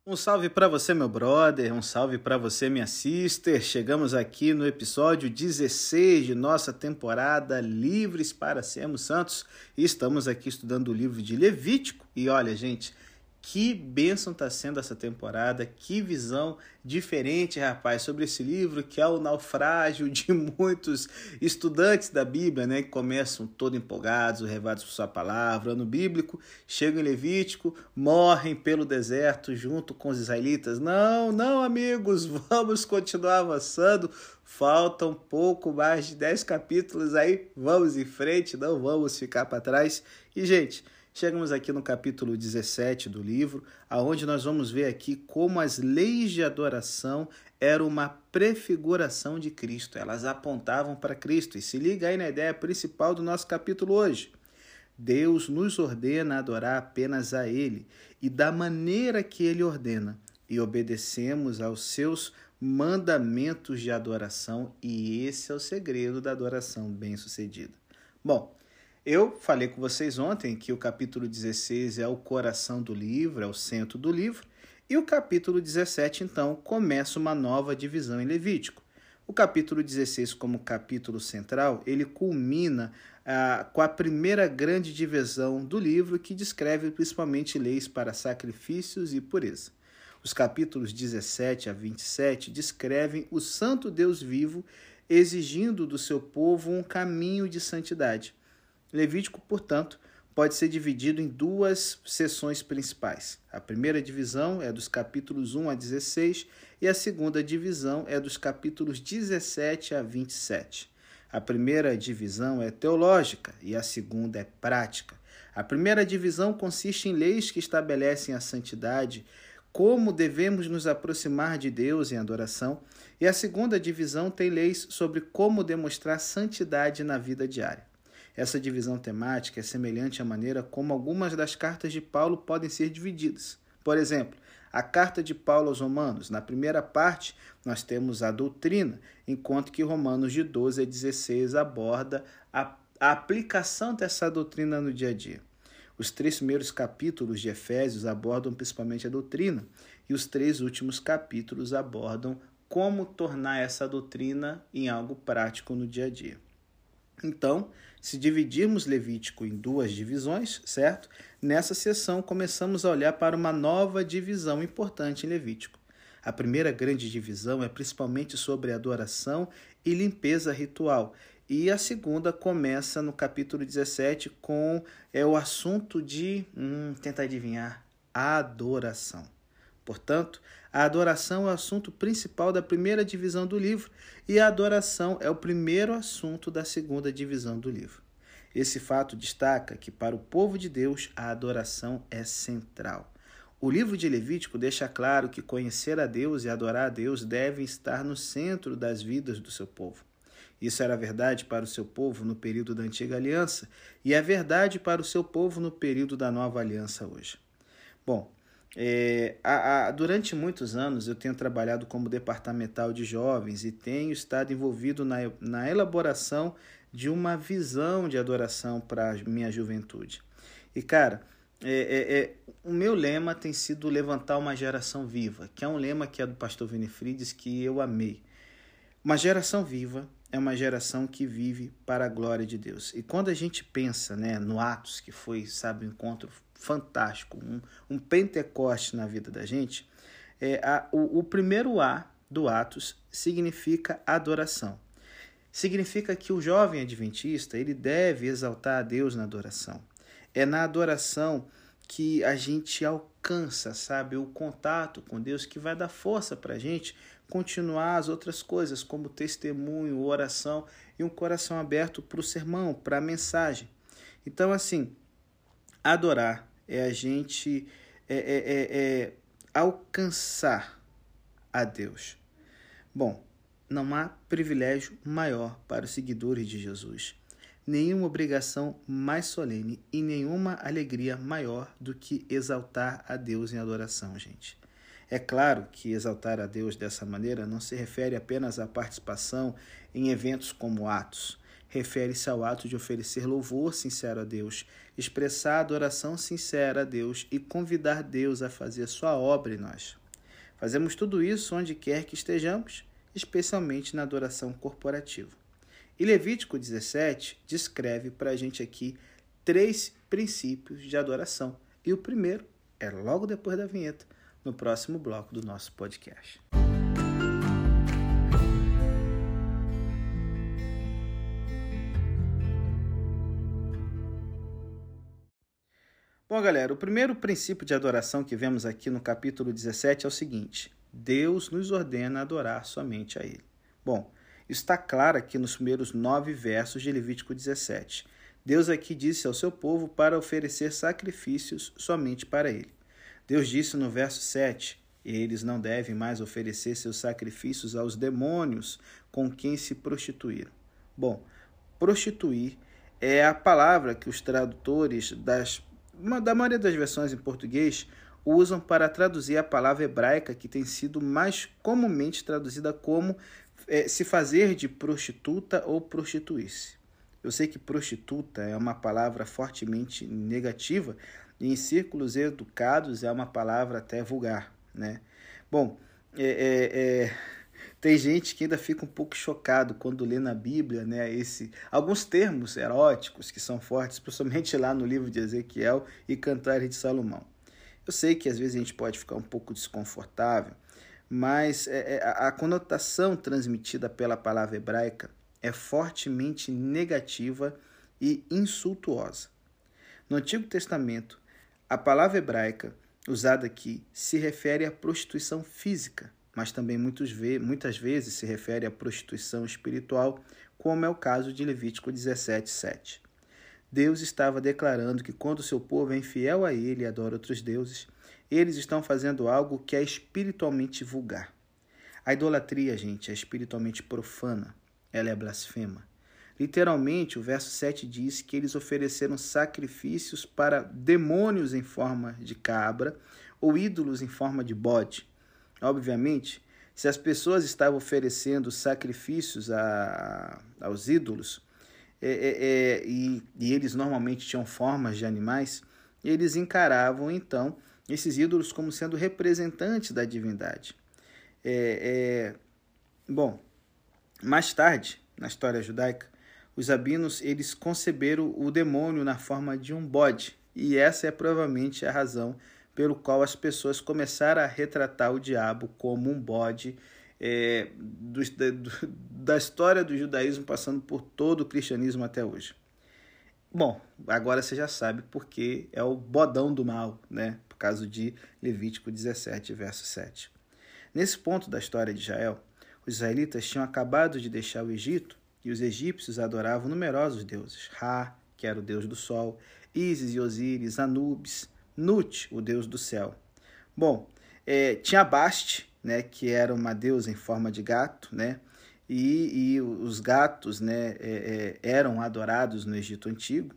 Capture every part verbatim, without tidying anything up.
Um salve para você, meu brother, um salve para você, minha sister. Chegamos aqui no episódio dezesseis de nossa temporada Livres para Sermos Santos e estamos aqui estudando o livro de Levítico. E olha, gente, que bênção está sendo essa temporada, que visão diferente, rapaz, sobre esse livro que é o naufrágio de muitos estudantes da Bíblia, né, que começam todos empolgados, levados por sua palavra, ano bíblico, chegam em Levítico, morrem pelo deserto junto com os israelitas. Não, não, amigos, vamos continuar avançando, faltam um pouco mais de dez capítulos aí, vamos em frente, não vamos ficar para trás. E, gente, chegamos aqui no capítulo dezessete do livro, aonde nós vamos ver aqui como as leis de adoração eram uma prefiguração de Cristo. Elas apontavam para Cristo. E se liga aí na ideia principal do nosso capítulo hoje. Deus nos ordena adorar apenas a Ele e da maneira que Ele ordena. E obedecemos aos seus mandamentos de adoração. E esse é o segredo da adoração bem-sucedida. Bom, eu falei com vocês ontem que o capítulo dezesseis é o coração do livro, é o centro do livro, e o capítulo dezessete, então, começa uma nova divisão em Levítico. O capítulo dezesseis, como capítulo central, ele culmina ah, com a primeira grande divisão do livro, que descreve principalmente leis para sacrifícios e pureza. Os capítulos dezessete a vinte e sete descrevem o santo Deus vivo, exigindo do seu povo um caminho de santidade. Levítico, portanto, pode ser dividido em duas seções principais. A primeira divisão é dos capítulos um a dezesseis e a segunda divisão é dos capítulos dezessete a vinte e sete. A primeira divisão é teológica e a segunda é prática. A primeira divisão consiste em leis que estabelecem a santidade, como devemos nos aproximar de Deus em adoração, e a segunda divisão tem leis sobre como demonstrar santidade na vida diária. Essa divisão temática é semelhante à maneira como algumas das cartas de Paulo podem ser divididas. Por exemplo, a carta de Paulo aos Romanos, na primeira parte, nós temos a doutrina, enquanto que Romanos de doze a dezesseis aborda a, a aplicação dessa doutrina no dia a dia. Os três primeiros capítulos de Efésios abordam principalmente a doutrina, e os três últimos capítulos abordam como tornar essa doutrina em algo prático no dia a dia. Então, se dividirmos Levítico em duas divisões, certo? Nessa sessão começamos a olhar para uma nova divisão importante em Levítico. A primeira grande divisão é principalmente sobre adoração e limpeza ritual. E a segunda começa no capítulo dezessete com é, o assunto de, hum, tenta adivinhar, adoração. Portanto, a adoração é o assunto principal da primeira divisão do livro e a adoração é o primeiro assunto da segunda divisão do livro. Esse fato destaca que para o povo de Deus a adoração é central. O livro de Levítico deixa claro que conhecer a Deus e adorar a Deus devem estar no centro das vidas do seu povo. Isso era verdade para o seu povo no período da Antiga Aliança e é verdade para o seu povo no período da Nova Aliança hoje. Bom, É, a, a, durante muitos anos eu tenho trabalhado como departamental de jovens e tenho estado envolvido na, na elaboração de uma visão de adoração para a minha juventude. E, cara, é, é, é, o meu lema tem sido levantar uma geração viva, que é um lema que é do pastor Winifrides que eu amei. Uma geração viva é uma geração que vive para a glória de Deus. E quando a gente pensa, né, no Atos, que foi, sabe, um encontro fantástico, um, um Pentecoste na vida da gente, é, a, o, o primeiro A do Atos significa adoração. Significa que o jovem adventista ele deve exaltar a Deus na adoração. É na adoração que a gente alcança, sabe, o contato com Deus, que vai dar força para a gente continuar as outras coisas, como testemunho, oração e um coração aberto para o sermão, para a mensagem. Então, assim, adorar é a gente é, é, é, é alcançar a Deus. Bom, não há privilégio maior para os seguidores de Jesus. Nenhuma obrigação mais solene e nenhuma alegria maior do que exaltar a Deus em adoração, gente. É claro que exaltar a Deus dessa maneira não se refere apenas à participação em eventos como Atos. refere-se ao ato de oferecer louvor sincero a Deus, expressar adoração sincera a Deus e convidar Deus a fazer sua obra em nós. Fazemos tudo isso onde quer que estejamos, especialmente na adoração corporativa. E Levítico dezessete descreve para a gente aqui três princípios de adoração. E o primeiro é logo depois da vinheta, no próximo bloco do nosso podcast. Bom, galera, o primeiro princípio de adoração que vemos aqui no capítulo dezessete é o seguinte: Deus nos ordena adorar somente a Ele. Bom, isso está claro aqui nos primeiros nove versos de Levítico dezessete. Deus aqui disse ao seu povo para oferecer sacrifícios somente para Ele. Deus disse no verso sete, eles não devem mais oferecer seus sacrifícios aos demônios com quem se prostituíram. Bom, prostituir é a palavra que os tradutores das, da maioria das versões em português usam para traduzir a palavra hebraica que tem sido mais comumente traduzida como é, se fazer de prostituta ou prostituir-se. Eu sei que prostituta é uma palavra fortemente negativa e em círculos educados é uma palavra até vulgar, né? Bom, é, é, é, tem gente que ainda fica um pouco chocado quando lê na Bíblia, né, esse, alguns termos eróticos que são fortes, principalmente lá no livro de Ezequiel e Cantares de Salomão. Eu sei que às vezes a gente pode ficar um pouco desconfortável, mas é, a, a conotação transmitida pela palavra hebraica é fortemente negativa e insultuosa. No Antigo Testamento, a palavra hebraica usada aqui se refere à prostituição física, mas também muitos ve- muitas vezes se refere à prostituição espiritual, como é o caso de Levítico dezessete, sete. Deus estava declarando que quando o seu povo é infiel a Ele e adora outros deuses, eles estão fazendo algo que é espiritualmente vulgar. A idolatria, gente, é espiritualmente profana. Ela é blasfema. Literalmente, o verso sete diz que eles ofereceram sacrifícios para demônios em forma de cabra ou ídolos em forma de bode. Obviamente, se as pessoas estavam oferecendo sacrifícios a, aos ídolos, é, é, é, e, e eles normalmente tinham formas de animais, eles encaravam, então, esses ídolos como sendo representantes da divindade. É, é, bom, mais tarde, na história judaica, os rabinos eles conceberam o demônio na forma de um bode, e essa é provavelmente a razão pelo qual as pessoas começaram a retratar o diabo como um bode é, do, do, da história do judaísmo, passando por todo o cristianismo até hoje. Bom, agora você já sabe porque é o bodão do mal, né? Por causa de Levítico dezessete, verso sete. Nesse ponto da história de Israel, os israelitas tinham acabado de deixar o Egito e os egípcios adoravam numerosos deuses. Ra, que era o deus do sol, Ísis e Osíris, Anubis, Nut, o deus do céu. Bom, é, tinha Baste, né, que era uma deusa em forma de gato, né, e, e os gatos, né, é, é, eram adorados no Egito Antigo.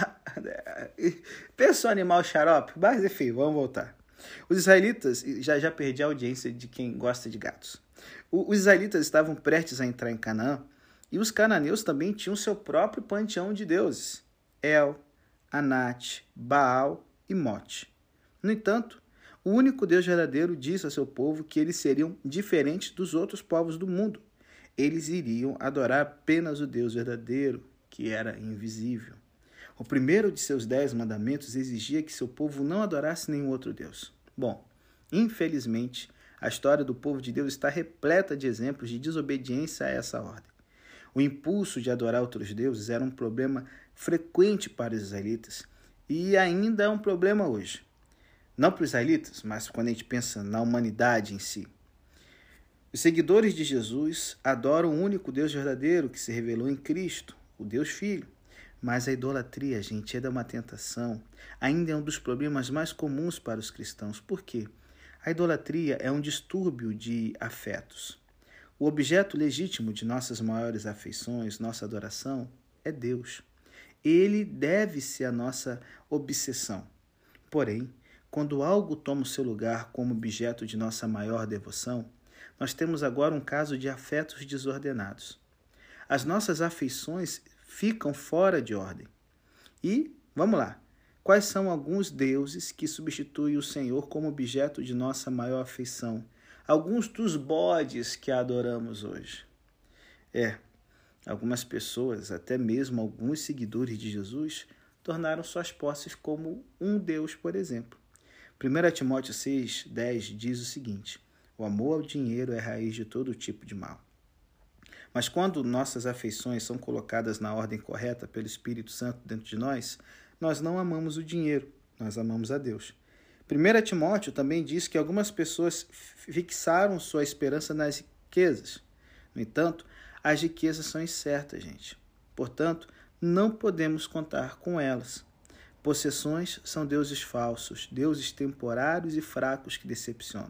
Pensa o animal xarope, mas enfim, vamos voltar. Os israelitas, já, já perdi a audiência de quem gosta de gatos. O, os israelitas estavam prestes a entrar em Canaã e os cananeus também tinham seu próprio panteão de deuses. El, Anat, Baal e Mote. No entanto, o único Deus verdadeiro disse ao seu povo que eles seriam diferentes dos outros povos do mundo. Eles iriam adorar apenas o Deus verdadeiro, que era invisível. O primeiro de seus dez mandamentos exigia que seu povo não adorasse nenhum outro Deus. Bom, infelizmente, a história do povo de Deus está repleta de exemplos de desobediência a essa ordem. O impulso de adorar outros deuses era um problema frequente para os israelitas e ainda é um problema hoje. Não para os israelitas, mas quando a gente pensa na humanidade em si. Os seguidores de Jesus adoram o único Deus verdadeiro que se revelou em Cristo, o Deus Filho. Mas a idolatria, gente, é uma tentação. Ainda é um dos problemas mais comuns para os cristãos. Por quê? A idolatria é um distúrbio de afetos. O objeto legítimo de nossas maiores afeições, nossa adoração, é Deus. Ele deve ser a nossa obsessão. Porém, quando algo toma o seu lugar como objeto de nossa maior devoção, nós temos agora um caso de afetos desordenados. As nossas afeições ficam fora de ordem. E, vamos lá, quais são alguns deuses que substituem o Senhor como objeto de nossa maior afeição? Alguns dos bodes que adoramos hoje. É, algumas pessoas, até mesmo alguns seguidores de Jesus, tornaram suas posses como um Deus, por exemplo. primeiro Timóteo seis, dez diz o seguinte: o amor ao dinheiro é a raiz de todo tipo de mal. Mas quando nossas afeições são colocadas na ordem correta pelo Espírito Santo dentro de nós, nós não amamos o dinheiro, nós amamos a Deus. primeiro Timóteo também diz que algumas pessoas fixaram sua esperança nas riquezas. No entanto, as riquezas são incertas, gente. Portanto, não podemos contar com elas. Possessões são deuses falsos, deuses temporários e fracos que decepcionam.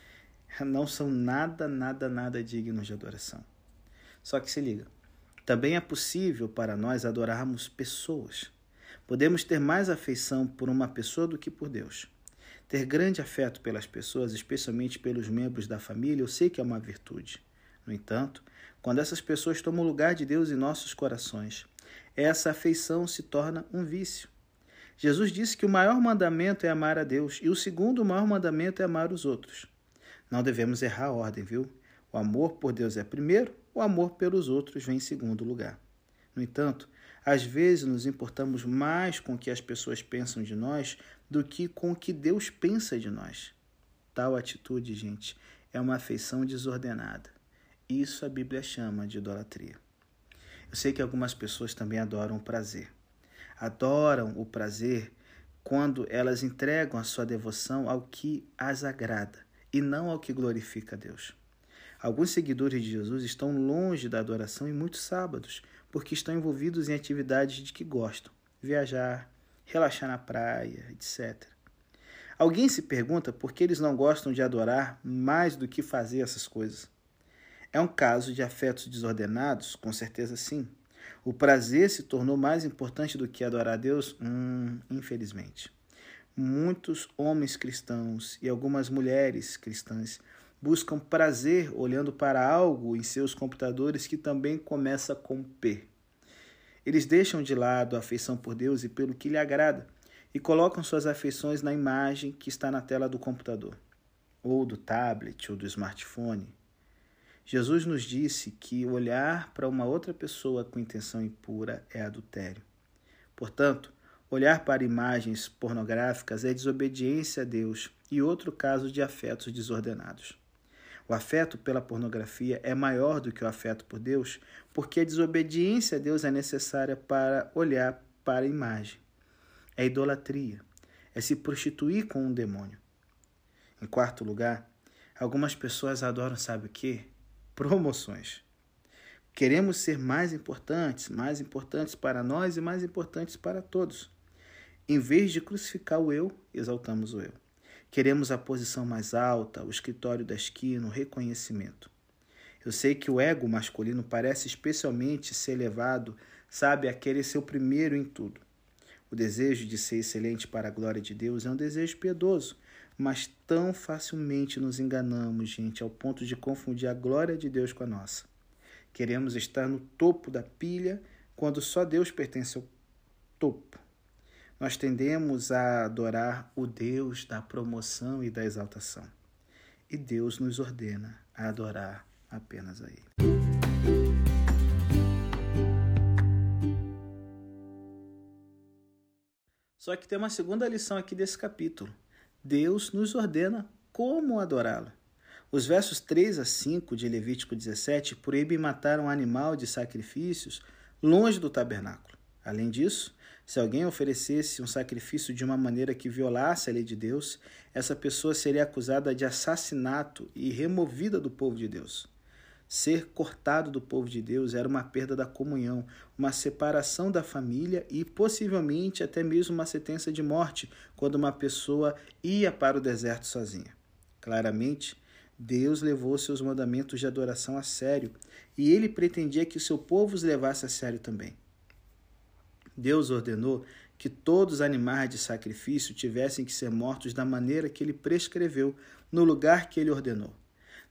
Não são nada, nada, nada dignos de adoração. Só que se liga, também é possível para nós adorarmos pessoas. Podemos ter mais afeição por uma pessoa do que por Deus. Ter grande afeto pelas pessoas, especialmente pelos membros da família, eu sei que é uma virtude. No entanto, quando essas pessoas tomam o lugar de Deus em nossos corações, essa afeição se torna um vício. Jesus disse que o maior mandamento é amar a Deus e o segundo maior mandamento é amar os outros. Não devemos errar a ordem, viu? O amor por Deus é primeiro, o amor pelos outros vem em segundo lugar. No entanto, às vezes nos importamos mais com o que as pessoas pensam de nós do que com o que Deus pensa de nós. Tal atitude, gente, é uma afeição desordenada. Isso a Bíblia chama de idolatria. Eu sei que algumas pessoas também adoram o prazer. Adoram o prazer quando elas entregam a sua devoção ao que as agrada e não ao que glorifica a Deus. Alguns seguidores de Jesus estão longe da adoração em muitos sábados, porque estão envolvidos em atividades de que gostam, viajar, relaxar na praia, etcétera. Alguém se pergunta por que eles não gostam de adorar mais do que fazer essas coisas. É um caso de afetos desordenados? Com certeza sim. O prazer se tornou mais importante do que adorar a Deus? Hum, infelizmente. Muitos homens cristãos e algumas mulheres cristãs buscam prazer olhando para algo em seus computadores que também começa com P. Eles deixam de lado a afeição por Deus e pelo que lhe agrada e colocam suas afeições na imagem que está na tela do computador, ou do tablet, ou do smartphone. Jesus nos disse que olhar para uma outra pessoa com intenção impura é adultério. Portanto, olhar para imagens pornográficas é desobediência a Deus e outro caso de afetos desordenados. O afeto pela pornografia é maior do que o afeto por Deus, porque a desobediência a Deus é necessária para olhar para a imagem. É idolatria, é se prostituir com um demônio. Em quarto lugar, algumas pessoas adoram, sabe o quê? Promoções. Queremos ser mais importantes, mais importantes para nós e mais importantes para todos. Em vez de crucificar o eu, exaltamos o eu. Queremos a posição mais alta, o escritório da esquina, o reconhecimento. Eu sei que o ego masculino parece especialmente ser elevado, sabe, a querer ser o primeiro em tudo. O desejo de ser excelente para a glória de Deus é um desejo piedoso, mas tão facilmente nos enganamos, gente, ao ponto de confundir a glória de Deus com a nossa. Queremos estar no topo da pilha quando só Deus pertence ao topo. Nós tendemos a adorar o Deus da promoção e da exaltação. E Deus nos ordena a adorar apenas a Ele. Só que tem uma segunda lição aqui desse capítulo. Deus nos ordena como adorá-lo. Os versos três a cinco de Levítico dezessete proíbem matar um animal de sacrifícios longe do tabernáculo. Além disso, se alguém oferecesse um sacrifício de uma maneira que violasse a lei de Deus, essa pessoa seria acusada de assassinato e removida do povo de Deus. Ser cortado do povo de Deus era uma perda da comunhão, uma separação da família e possivelmente até mesmo uma sentença de morte quando uma pessoa ia para o deserto sozinha. Claramente, Deus levou seus mandamentos de adoração a sério e ele pretendia que o seu povo os levasse a sério também. Deus ordenou que todos os animais de sacrifício tivessem que ser mortos da maneira que ele prescreveu, no lugar que ele ordenou.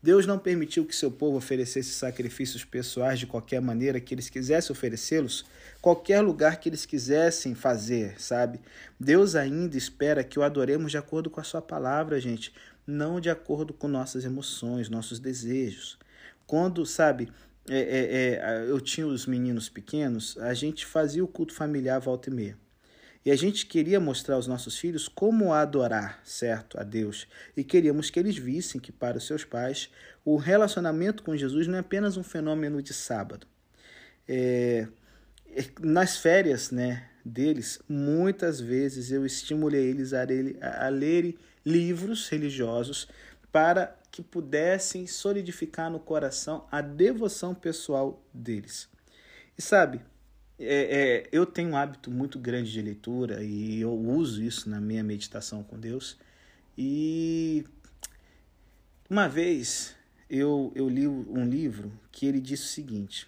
Deus não permitiu que seu povo oferecesse sacrifícios pessoais de qualquer maneira que eles quisessem oferecê-los, qualquer lugar que eles quisessem fazer, sabe? Deus ainda espera que o adoremos de acordo com a sua palavra, gente, não de acordo com nossas emoções, nossos desejos. Quando, sabe, é, é, é, eu tinha os meninos pequenos, a gente fazia o culto familiar volta e meia. E a gente queria mostrar aos nossos filhos como adorar, certo, a Deus. E queríamos que eles vissem que, para os seus pais, o relacionamento com Jesus não é apenas um fenômeno de sábado. É, nas férias, né, deles, muitas vezes eu estimulei eles a, ele, a lerem livros religiosos para que pudessem solidificar no coração a devoção pessoal deles. E sabe, É, é, eu tenho um hábito muito grande de leitura e eu uso isso na minha meditação com Deus. E uma vez eu, eu li um livro que ele disse o seguinte.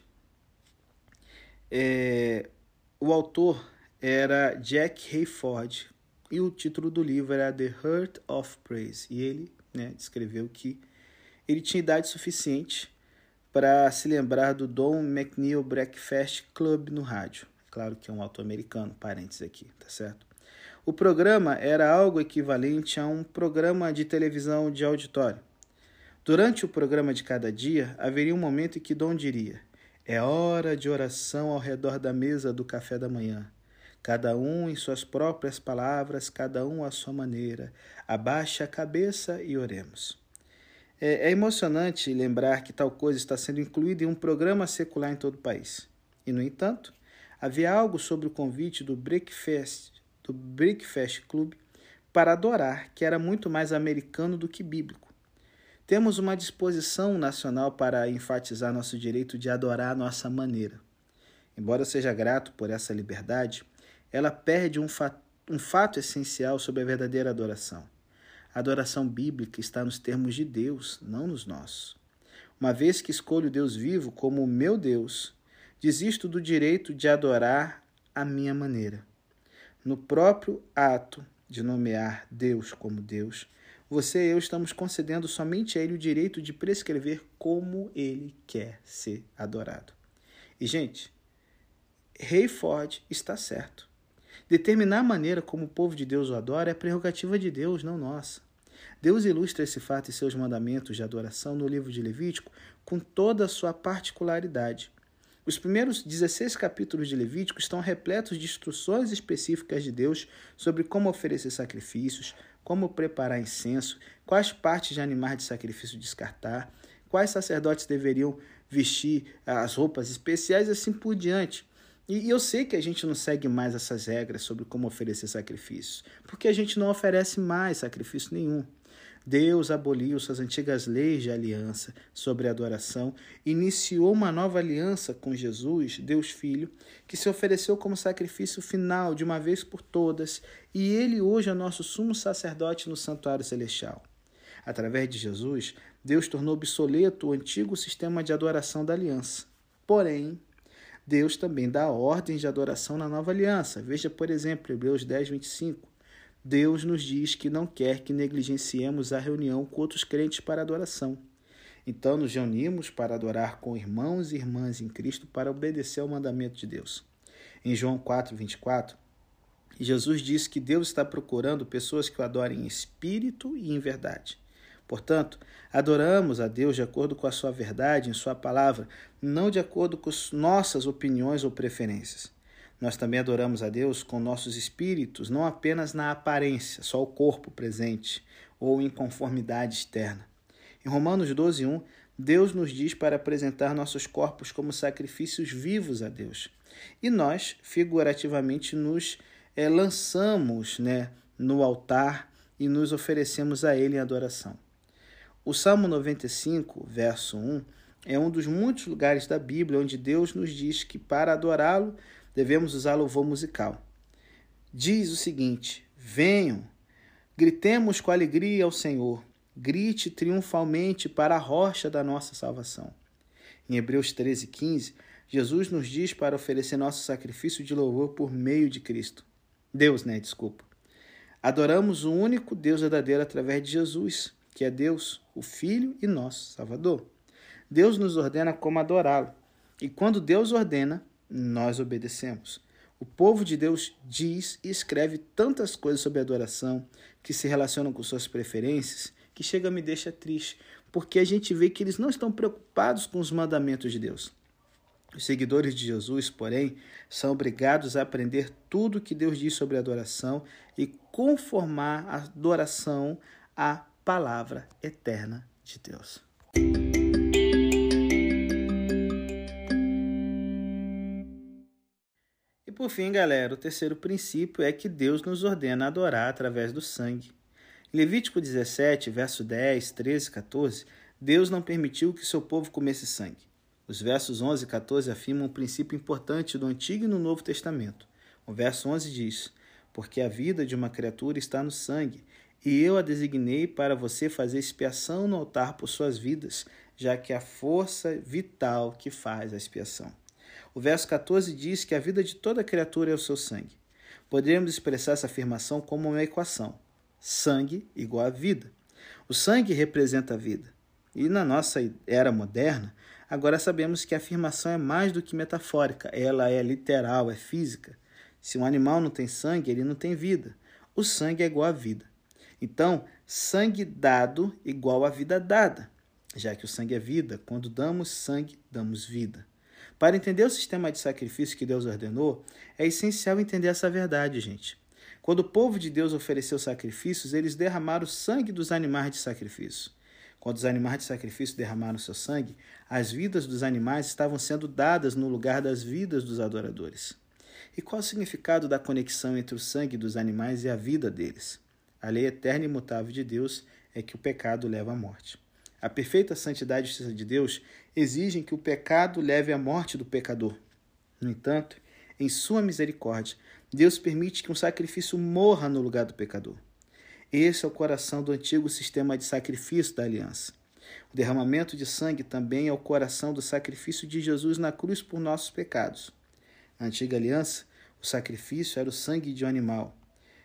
É, o autor era Jack Hayford e o título do livro era The Heart of Praise. E ele, né, descreveu que ele tinha idade suficiente para se lembrar do Don McNeil Breakfast Club no rádio. Claro que é um autor americano, parênteses aqui, tá certo? O programa era algo equivalente a um programa de televisão de auditório. Durante o programa de cada dia, haveria um momento em que Don diria: é hora de oração ao redor da mesa do café da manhã. Cada um em suas próprias palavras, cada um à sua maneira. Abaixe a cabeça e oremos. É emocionante lembrar que tal coisa está sendo incluída em um programa secular em todo o país. E, no entanto, havia algo sobre o convite do Breakfast, do Breakfast Club para adorar que era muito mais americano do que bíblico. Temos uma disposição nacional para enfatizar nosso direito de adorar à nossa maneira. Embora eu seja grato por essa liberdade, ela perde um fato, um fato essencial sobre a verdadeira adoração. A adoração bíblica está nos termos de Deus, não nos nossos. Uma vez que escolho Deus vivo como o meu Deus, desisto do direito de adorar à minha maneira. No próprio ato de nomear Deus como Deus, você e eu estamos concedendo somente a Ele o direito de prescrever como Ele quer ser adorado. E, gente, Hayford está certo. Determinar a maneira como o povo de Deus o adora é prerrogativa de Deus, não nossa. Deus ilustra esse fato em seus mandamentos de adoração no livro de Levítico com toda a sua particularidade. Os primeiros dezesseis capítulos de Levítico estão repletos de instruções específicas de Deus sobre como oferecer sacrifícios, como preparar incenso, quais partes de animais de sacrifício descartar, quais sacerdotes deveriam vestir as roupas especiais e assim por diante. E eu sei que a gente não segue mais essas regras sobre como oferecer sacrifícios, porque a gente não oferece mais sacrifício nenhum. Deus aboliu suas antigas leis de aliança sobre a adoração, iniciou uma nova aliança com Jesus, Deus Filho, que se ofereceu como sacrifício final de uma vez por todas, e ele hoje é nosso sumo sacerdote no santuário celestial. Através de Jesus, Deus tornou obsoleto o antigo sistema de adoração da aliança. Porém, Deus também dá ordens de adoração na nova aliança. Veja, por exemplo, Hebreus dez, vinte e cinco. Deus nos diz que não quer que negligenciemos a reunião com outros crentes para adoração. Então, nos reunimos para adorar com irmãos e irmãs em Cristo para obedecer ao mandamento de Deus. Em João quatro, vinte e quatro, Jesus disse que Deus está procurando pessoas que o adorem em espírito e em verdade. Portanto, adoramos a Deus de acordo com a sua verdade, em sua palavra, não de acordo com nossas opiniões ou preferências. Nós também adoramos a Deus com nossos espíritos, não apenas na aparência, só o corpo presente, ou em conformidade externa. Em Romanos doze, um, Deus nos diz para apresentar nossos corpos como sacrifícios vivos a Deus. E nós, figurativamente, nos é, lançamos né, no altar e nos oferecemos a Ele em adoração. O Salmo noventa e cinco, verso um, é um dos muitos lugares da Bíblia onde Deus nos diz que para adorá-lo devemos usar louvor musical. Diz o seguinte: venham, gritemos com alegria ao Senhor, grite triunfalmente para a rocha da nossa salvação. Em Hebreus treze, quinze, Jesus nos diz para oferecer nosso sacrifício de louvor por meio de Cristo. Deus, né? Desculpa. Adoramos o único Deus verdadeiro através de Jesus. que é Deus, o Filho e nosso Salvador. Deus nos ordena como adorá-lo. E quando Deus ordena, nós obedecemos. O povo de Deus diz e escreve tantas coisas sobre adoração que se relacionam com suas preferências que chega a me deixa triste, porque a gente vê que eles não estão preocupados com os mandamentos de Deus. Os seguidores de Jesus, porém, são obrigados a aprender tudo o que Deus diz sobre adoração e conformar a adoração à palavra eterna de Deus. E por fim, galera, o terceiro princípio é que Deus nos ordena adorar através do sangue. Em Levítico dezessete, verso dez, treze e quatorze, Deus não permitiu que seu povo comesse sangue. Os versos onze e quatorze afirmam um princípio importante do Antigo e no Novo Testamento. O verso onze diz: porque a vida de uma criatura está no sangue, e eu a designei para você fazer expiação no altar por suas vidas, já que é a força vital que faz a expiação. O verso quatorze diz que a vida de toda criatura é o seu sangue. Poderíamos expressar essa afirmação como uma equação. Sangue igual a vida. O sangue representa a vida. E na nossa era moderna, agora sabemos que a afirmação é mais do que metafórica. Ela é literal, é física. Se um animal não tem sangue, ele não tem vida. O sangue é igual a vida. Então, sangue dado igual a vida dada. Já que o sangue é vida, quando damos sangue, damos vida. Para entender o sistema de sacrifício que Deus ordenou, é essencial entender essa verdade, gente. Quando o povo de Deus ofereceu sacrifícios, eles derramaram o sangue dos animais de sacrifício. Quando os animais de sacrifício derramaram seu sangue, as vidas dos animais estavam sendo dadas no lugar das vidas dos adoradores. E qual o significado da conexão entre o sangue dos animais e a vida deles? A lei eterna e imutável de Deus é que o pecado leva à morte. A perfeita santidade e justiça de Deus exigem que o pecado leve à morte do pecador. No entanto, em sua misericórdia, Deus permite que um sacrifício morra no lugar do pecador. Esse é o coração do antigo sistema de sacrifício da aliança. O derramamento de sangue também é o coração do sacrifício de Jesus na cruz por nossos pecados. Na antiga aliança, o sacrifício era o sangue de um animal.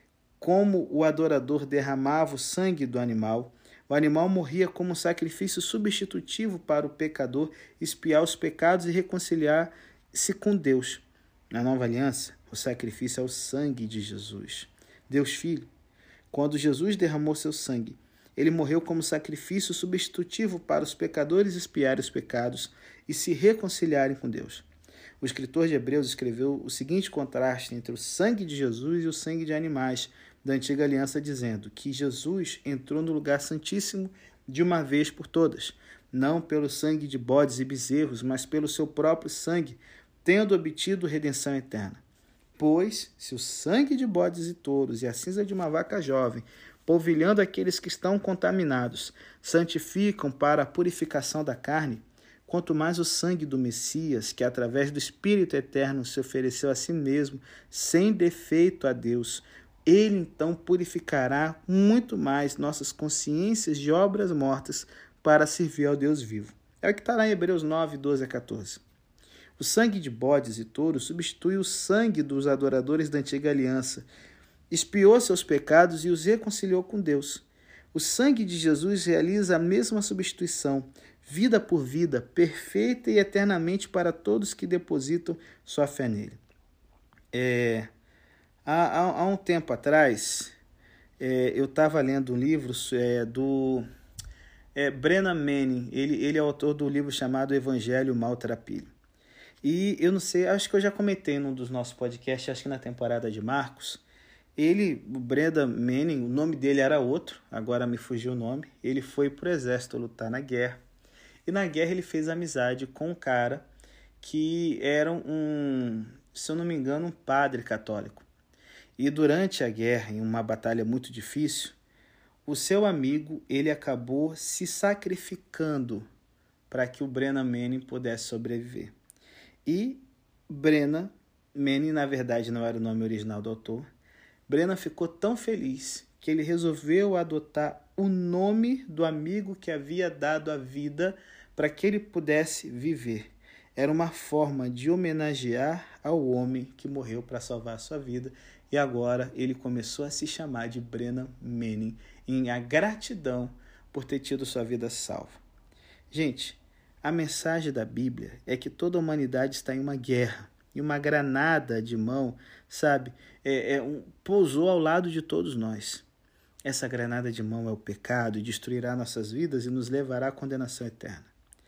Como o adorador derramava o sangue do animal, o animal morria como um sacrifício substitutivo para o pecador expiar os pecados e reconciliar-se com Deus. Na nova aliança, o sacrifício é o sangue de Jesus, Deus Filho. Quando Jesus derramou seu sangue, ele morreu como sacrifício substitutivo para os pecadores expiarem os pecados e se reconciliarem com Deus. O escritor de Hebreus escreveu o seguinte contraste entre o sangue de Jesus e o sangue de animais da antiga aliança, dizendo que Jesus entrou no lugar santíssimo de uma vez por todas, não pelo sangue de bodes e bezerros, mas pelo seu próprio sangue, tendo obtido redenção eterna. Pois, se o sangue de bodes e touros e a cinza de uma vaca jovem, polvilhando aqueles que estão contaminados, santificam para a purificação da carne, quanto mais o sangue do Messias, que através do Espírito Eterno se ofereceu a si mesmo, sem defeito a Deus, ele então purificará muito mais nossas consciências de obras mortas para servir ao Deus vivo. É o que está lá em Hebreus nove, doze a quatorze. O sangue de bodes e touros substitui o sangue dos adoradores da antiga aliança, expiou seus pecados e os reconciliou com Deus. O sangue de Jesus realiza a mesma substituição, vida por vida, perfeita e eternamente para todos que depositam sua fé nele. É, há, há, há um tempo atrás, é, eu estava lendo um livro é, do é, Brennan Manning. Ele, ele é autor do livro chamado Evangelho Maltrapilho. E eu não sei, acho que eu já comentei num dos nossos podcasts, acho que na temporada de Marcos, ele, o Brennan Manning, o nome dele era outro, agora me fugiu o nome, ele foi pro exército lutar na guerra. E na guerra ele fez amizade com um cara que era um, se eu não me engano, um padre católico. E durante a guerra, em uma batalha muito difícil, o seu amigo, ele acabou se sacrificando para que o Brennan Manning pudesse sobreviver. E Brennan Manning, na verdade, não era o nome original do autor. Brennan ficou tão feliz que ele resolveu adotar o nome do amigo que havia dado a vida para que ele pudesse viver. Era uma forma de homenagear ao homem que morreu para salvar a sua vida. E agora ele começou a se chamar de Brennan Manning, em a gratidão por ter tido sua vida salva. Gente, a mensagem da Bíblia é que toda a humanidade está em uma guerra. E uma granada de mão, sabe, é, é um, pousou ao lado de todos nós. Essa granada de mão é o pecado e destruirá nossas vidas e nos levará à condenação eterna.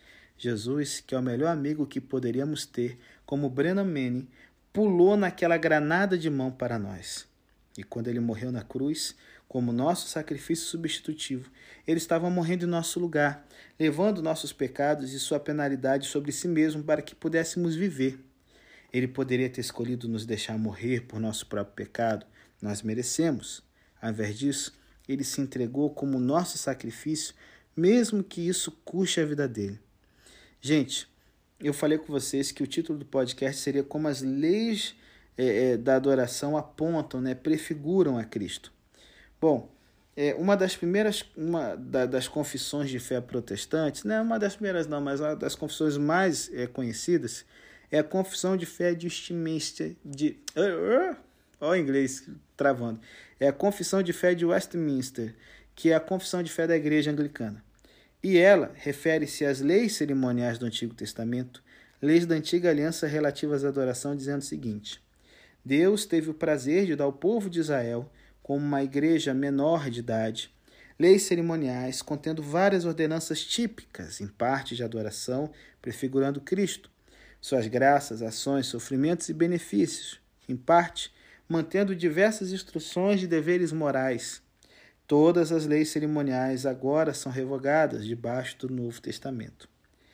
Jesus, que é o melhor amigo que poderíamos ter, como Brennan Manning, pulou naquela granada de mão para nós. E quando ele morreu na cruz, como nosso sacrifício substitutivo, ele estava morrendo em nosso lugar, levando nossos pecados e sua penalidade sobre si mesmo para que pudéssemos viver. Ele poderia ter escolhido nos deixar morrer por nosso próprio pecado. Nós merecemos. Ao invés disso, ele se entregou como nosso sacrifício, mesmo que isso custe a vida dele. Gente, eu falei com vocês que o título do podcast seria Como as leis é, é, da adoração apontam, né, prefiguram a Cristo. Bom, é, uma das primeiras, uma da, das confissões de fé protestantes, não é uma das primeiras não, mas uma das confissões mais é, conhecidas, é a Confissão de Fé de Westminster, de... Olha o inglês travando. É a Confissão de Fé de Westminster, que é a Confissão de Fé da Igreja Anglicana. E ela refere-se às leis cerimoniais do Antigo Testamento, leis da Antiga Aliança relativas à adoração, dizendo o seguinte: Deus teve o prazer de dar ao povo de Israel, como uma igreja menor de idade, leis cerimoniais contendo várias ordenanças típicas, em parte de adoração, prefigurando Cristo, suas graças, ações, sofrimentos e benefícios, em parte, mantendo diversas instruções de deveres morais. Todas as leis cerimoniais agora são revogadas debaixo do Novo Testamento.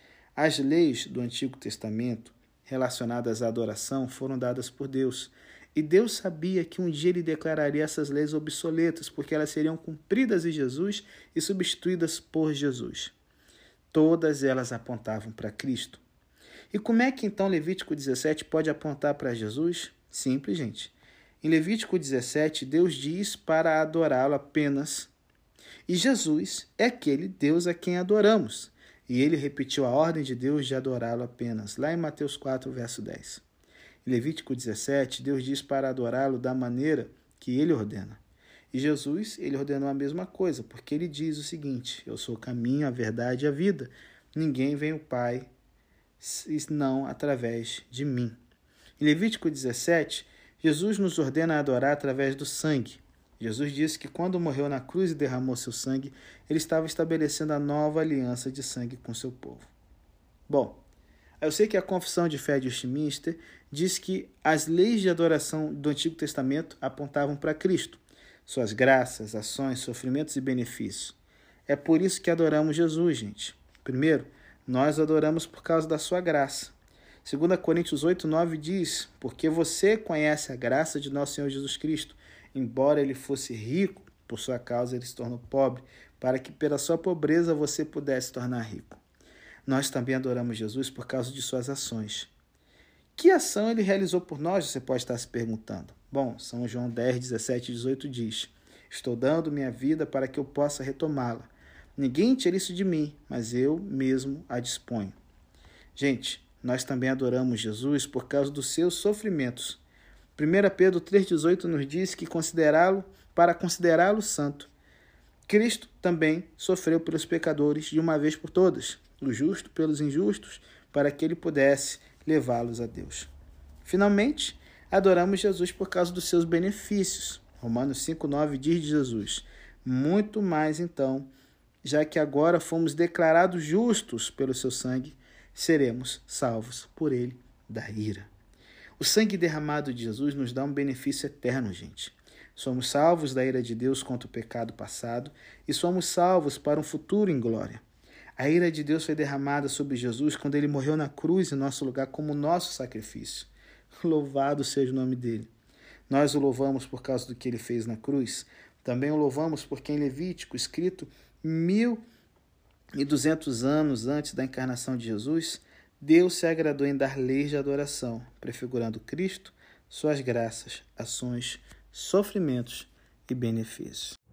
As leis do Antigo Testamento, relacionadas à adoração, foram dadas por Deus, e Deus sabia que um dia ele declararia essas leis obsoletas, porque elas seriam cumpridas em Jesus e substituídas por Jesus. Todas elas apontavam para Cristo. E como é que então Levítico dezessete pode apontar para Jesus? Simples, gente. Em Levítico dezessete, Deus diz para adorá-lo apenas. E Jesus é aquele Deus a quem adoramos. E ele repetiu a ordem de Deus de adorá-lo apenas, lá em Mateus quatro, verso dez. Em Levítico dezessete, Deus diz para adorá-lo da maneira que ele ordena. E Jesus, ele ordenou a mesma coisa, porque ele diz o seguinte: eu sou o caminho, a verdade e a vida. Ninguém vem ao Pai não através de mim. Em Levítico dezessete, Jesus nos ordena a adorar através do sangue. Jesus disse que quando morreu na cruz e derramou seu sangue, ele estava estabelecendo a nova aliança de sangue com seu povo. Bom, eu sei que a Confissão de Fé de Westminster diz que as leis de adoração do Antigo Testamento apontavam para Cristo, suas graças, ações, sofrimentos e benefícios. É por isso que adoramos Jesus, gente. Primeiro, nós adoramos por causa da sua graça. Segunda Coríntios oito, nove diz: porque você conhece a graça de nosso Senhor Jesus Cristo, embora ele fosse rico, por sua causa ele se tornou pobre, para que pela sua pobreza você pudesse tornar rico. Nós também adoramos Jesus por causa de suas ações. Que ação ele realizou por nós, você pode estar se perguntando. Bom, São João dez, dezessete e dezoito diz: estou dando minha vida para que eu possa retomá-la. Ninguém tira isso de mim, mas eu mesmo a disponho. Gente, nós também adoramos Jesus por causa dos seus sofrimentos. primeira Pedro três, dezoito nos diz que considerá-lo, para considerá-lo santo, Cristo também sofreu pelos pecadores de uma vez por todas, o justo pelos injustos, para que ele pudesse levá-los a Deus. Finalmente, adoramos Jesus por causa dos seus benefícios. Romanos cinco, nove diz de Jesus: muito mais então, já que agora fomos declarados justos pelo seu sangue, seremos salvos por ele da ira. O sangue derramado de Jesus nos dá um benefício eterno, gente. Somos salvos da ira de Deus contra o pecado passado e somos salvos para um futuro em glória. A ira de Deus foi derramada sobre Jesus quando ele morreu na cruz em nosso lugar como nosso sacrifício. Louvado seja o nome dele. Nós o louvamos por causa do que ele fez na cruz. Também o louvamos porque em Levítico, escrito mil e duzentos anos antes da encarnação de Jesus, Deus se agradou em dar leis de adoração, prefigurando Cristo, suas graças, ações, sofrimentos e benefícios.